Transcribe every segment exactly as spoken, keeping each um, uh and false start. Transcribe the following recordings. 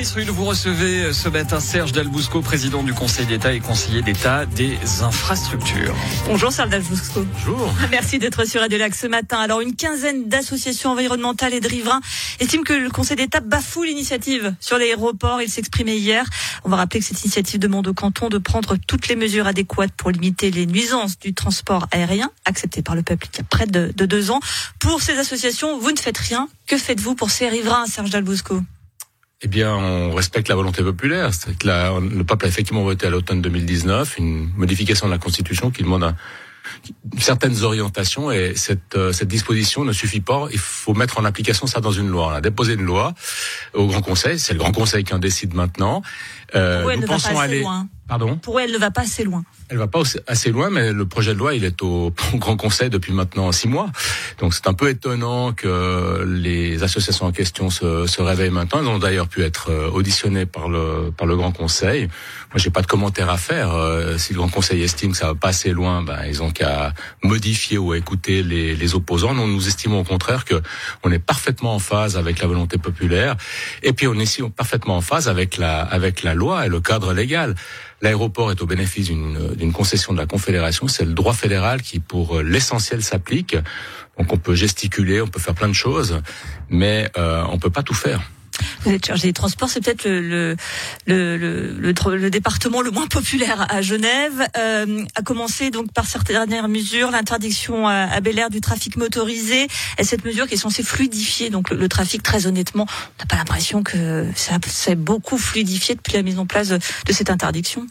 Rulle, vous recevez ce matin Serge Dalbousco, président du Conseil d'État et conseiller d'État des infrastructures. Bonjour Serge Dalbousco. Bonjour. Merci d'être sur Radio Lac ce matin. Alors, une quinzaine d'associations environnementales et de riverains estiment que le Conseil d'État bafoue l'initiative sur l'aéroport. Il s'exprimait hier. On va rappeler que cette initiative demande au canton de prendre toutes les mesures adéquates pour limiter les nuisances du transport aérien, accepté par le peuple il y a près de, de deux ans. Pour ces associations, vous ne faites rien. Que faites-vous pour ces riverains, Serge Dalbousco ? Eh bien, on respecte la volonté populaire. C'est que la, le peuple a effectivement voté à l'automne deux mille dix-neuf une modification de la Constitution qui demande un, certaines orientations, et cette, euh, cette disposition ne suffit pas. Il faut mettre en application ça dans une loi. On a déposé une loi au Grand Conseil. C'est le Grand Conseil qui en décide maintenant. Euh, Pour elle nous ne pensons va pas assez aller. Loin. Pardon. Pour elle ne va pas assez loin. Elle va pas assez loin, mais le projet de loi, il est au, au Grand Conseil depuis maintenant six mois. Donc c'est un peu étonnant que les associations en question se, se réveillent maintenant. Elles ont d'ailleurs pu être auditionnées par le, par le Grand Conseil. Moi, j'ai pas de commentaire à faire. Euh, si le Grand Conseil estime que ça va pas assez loin, ben ils ont qu'à modifier ou à écouter les, les opposants. Nous, nous estimons au contraire que on est parfaitement en phase avec la volonté populaire. Et puis on est aussi parfaitement en phase avec la, avec la loi et le cadre légal. L'aéroport est au bénéfice d'une, d'une concession de la Confédération. C'est le droit fédéral qui, pour l'essentiel, s'applique. Donc, on peut gesticuler, on peut faire plein de choses, mais euh, on peut pas tout faire. Vous êtes chargé des transports, c'est peut-être le le le, le, le, le département le moins populaire à Genève. Euh, a commencé donc par certaines dernières mesures, l'interdiction à, à Bel Air du trafic motorisé. Et cette mesure qui est censée fluidifier donc le, le trafic. Très honnêtement, on n'a pas l'impression que ça s'est beaucoup fluidifié depuis la mise en place de, de cette interdiction.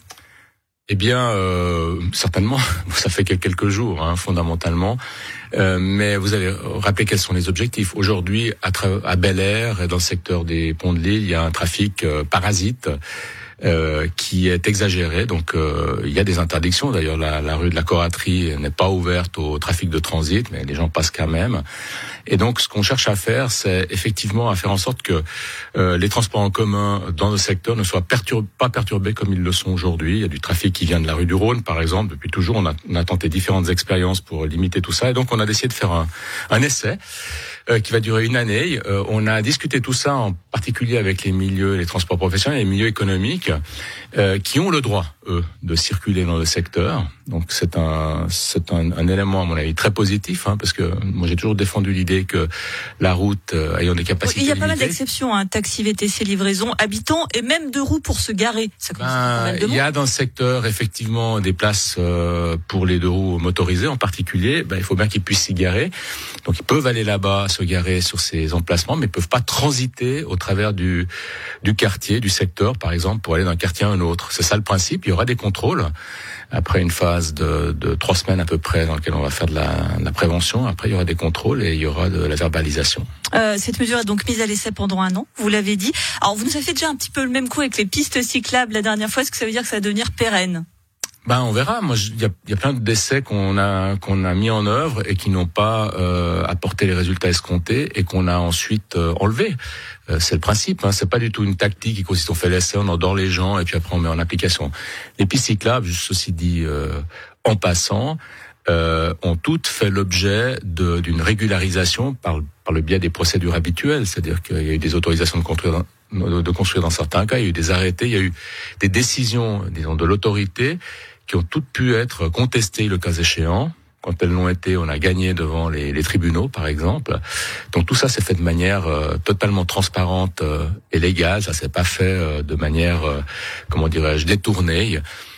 Eh bien, euh, certainement, ça fait que quelques jours, hein, fondamentalement. Euh, mais vous avez rappelé quels sont les objectifs. Aujourd'hui, à, tra- à Bel Air et dans le secteur des ponts de l'île, il y a un trafic euh, parasite euh, qui est exagéré. Donc, euh, il y a des interdictions. D'ailleurs, la, la rue de la Coraterie n'est pas ouverte au trafic de transit, mais les gens passent quand même. Et donc, ce qu'on cherche à faire, c'est effectivement à faire en sorte que euh, les transports en commun dans le secteur ne soient perturb- pas perturbés comme ils le sont aujourd'hui. Il y a du trafic qui vient de la rue du Rhône, par exemple. Depuis toujours, on a, on a tenté différentes expériences pour limiter tout ça. Et donc, on a décidé de faire un, un essai euh, qui va durer une année. Euh, on a discuté tout ça en particulier avec les milieux, les transports professionnels et les milieux économiques euh, qui ont le droit, eux, de circuler dans le secteur. Donc, c'est un, c'est un, un élément, à mon avis, très positif, hein, parce que moi, j'ai toujours défendu l'idée que la route euh, ayant des capacités limitées. Il y a pas mal d'exceptions, hein, taxi, V T C, livraison, habitants et même deux roues pour se garer. Ça commence ben, pas mal de monde. Il y a dans le secteur effectivement des places euh, pour les deux roues motorisées en particulier. Ben, il faut bien qu'ils puissent s'y garer. Donc ils peuvent aller là-bas, se garer sur ces emplacements, mais ils peuvent pas transiter au travers du du quartier, du secteur, par exemple, pour aller d'un quartier à un autre. C'est ça le principe. Il y aura des contrôles après une phase de, de trois semaines à peu près dans laquelle on va faire de la, de la prévention. Après, il y aura des contrôles et il y aura de la verbalisation. Euh, cette mesure est donc mise à l'essai pendant un an, vous l'avez dit. Alors, vous nous avez fait déjà un petit peu le même coup avec les pistes cyclables la dernière fois. Est-ce que ça veut dire que ça va devenir pérenne ? Ben, on verra. Moi, il y a, y a plein d'essais qu'on a qu'on a mis en œuvre et qui n'ont pas euh, apporté les résultats escomptés et qu'on a ensuite euh, enlevés. Euh, c'est le principe. Hein. C'est pas du tout une tactique qui consiste on fait l'essai, on endort les gens et puis après on met en application. Les pistes cyclables, juste ceci dit euh, en passant, euh, ont toutes fait l'objet de, d'une régularisation par par le biais des procédures habituelles. C'est-à-dire qu'il y a eu des autorisations de construire dans, de construire dans certains cas, il y a eu des arrêtés, il y a eu des décisions, disons, de l'autorité qui ont toutes pu être contestées le cas échéant. Quand elles l'ont été, on a gagné devant les, les tribunaux, par exemple. Donc tout ça s'est fait de manière euh, totalement transparente euh, et légale. Ça s'est pas fait euh, de manière, euh, comment dirais-je, détournée.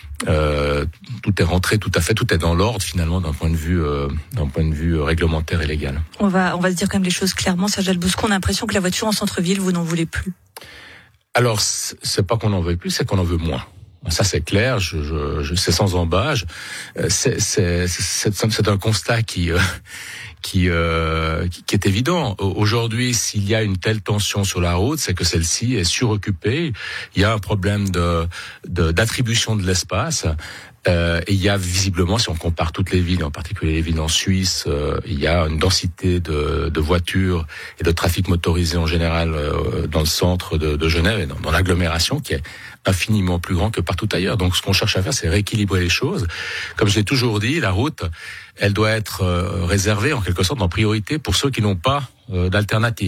Euh, tout est rentré, tout à fait, tout est dans l'ordre finalement d'un point de vue, euh, d'un point de vue réglementaire et légal. On va, on va se dire quand même les choses clairement. Serge Dalbousco, on a l'impression que la voiture en centre-ville, vous n'en voulez plus. Alors, c'est pas qu'on n'en veut plus, c'est qu'on en veut moins. Ça, c'est clair, je, je, je, c'est sans embâche. C'est, c'est, c'est, c'est un constat qui, euh, qui, euh, qui, qui est évident. Aujourd'hui, s'il y a une telle tension sur la route, c'est que celle-ci est suroccupée. Il y a un problème de, de d'attribution de l'espace. Euh, et il y a visiblement, si on compare toutes les villes, en particulier les villes en Suisse, euh, il y a une densité de, de voitures et de trafic motorisé en général euh, dans le centre de, de Genève et dans, dans l'agglomération qui est infiniment plus grand que partout ailleurs. Donc ce qu'on cherche à faire, c'est rééquilibrer les choses. Comme je l'ai toujours dit, la route, elle doit être euh, réservée en quelque sorte en priorité pour ceux qui n'ont pas euh, d'alternative.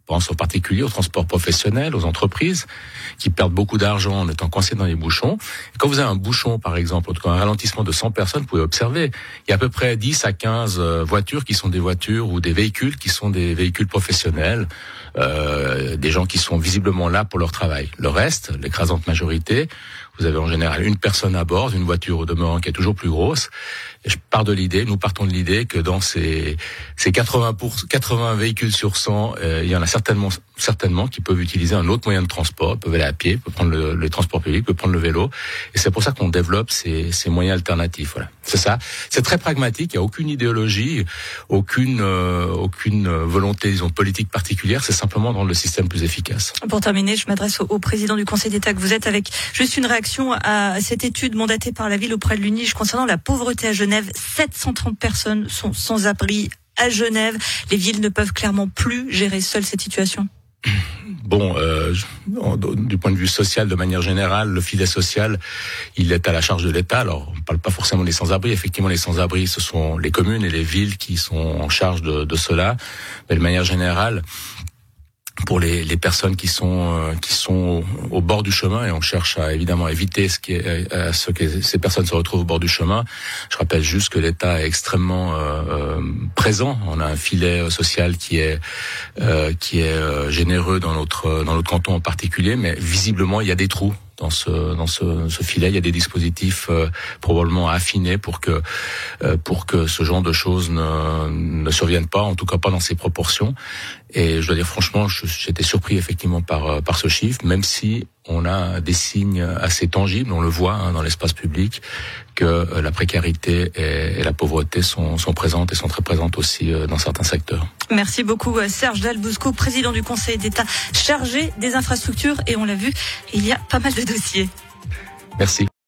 pense aux particuliers, aux transports professionnels, aux entreprises qui perdent beaucoup d'argent en étant coincés dans les bouchons. Et quand vous avez un bouchon, par exemple, en tout cas un ralentissement de cent personnes, vous pouvez observer, il y a à peu près dix à quinze voitures qui sont des voitures ou des véhicules qui sont des véhicules professionnels, euh, des gens qui sont visiblement là pour leur travail. Le reste, l'écrasante majorité, vous avez en général une personne à bord, une voiture au demeurant qui est toujours plus grosse. Et je pars de l'idée, nous partons de l'idée que dans ces, ces quatre-vingts, pour, quatre-vingts véhicules sur cent, euh, il y en a certainement, certainement qui peuvent utiliser un autre moyen de transport, peuvent aller à pied, peuvent prendre le, le transport public, peuvent prendre le vélo. Et c'est pour ça qu'on développe ces, ces moyens alternatifs. Voilà, c'est ça. C'est très pragmatique. Il n'y a aucune idéologie, aucune, euh, aucune volonté, disons, politique particulière. C'est simplement rendre le système plus efficace. Pour terminer, je m'adresse au, au président du Conseil d'État que vous êtes avec juste une réaction à cette étude mandatée par la ville auprès de l'U N I G E concernant la pauvreté à Genève. sept cent trente personnes sont sans abri à Genève. Les villes ne peuvent clairement plus gérer seules cette situation. Bon, euh, du point de vue social, de manière générale, le filet social, il est à la charge de l'État. Alors, on ne parle pas forcément des sans-abri. Effectivement, les sans-abri, ce sont les communes et les villes qui sont en charge de, de cela. Mais de manière générale, pour les, les personnes qui sont euh, qui sont au, au bord du chemin, et on cherche à évidemment éviter ce qui est, à ce que ces personnes se retrouvent au bord du chemin. Je rappelle juste que l'État est extrêmement euh, euh, présent. On a un filet social qui est euh, qui est euh, généreux dans notre dans notre canton en particulier, mais visiblement il y a des trous dans ce dans ce, ce filet. Il y a des dispositifs euh, probablement affinés pour que euh, pour que ce genre de choses ne ne surviennent pas, en tout cas pas dans ces proportions. Et je dois dire franchement, j'étais surpris effectivement par par ce chiffre, même si on a des signes assez tangibles, on le voit hein, dans l'espace public, que euh, la précarité et, et la pauvreté sont sont présentes et sont très présentes aussi euh, dans certains secteurs. Merci beaucoup Serge Dalbousco, président du Conseil d'État chargé des infrastructures, et on l'a vu, il y a pas mal de dossiers. Merci.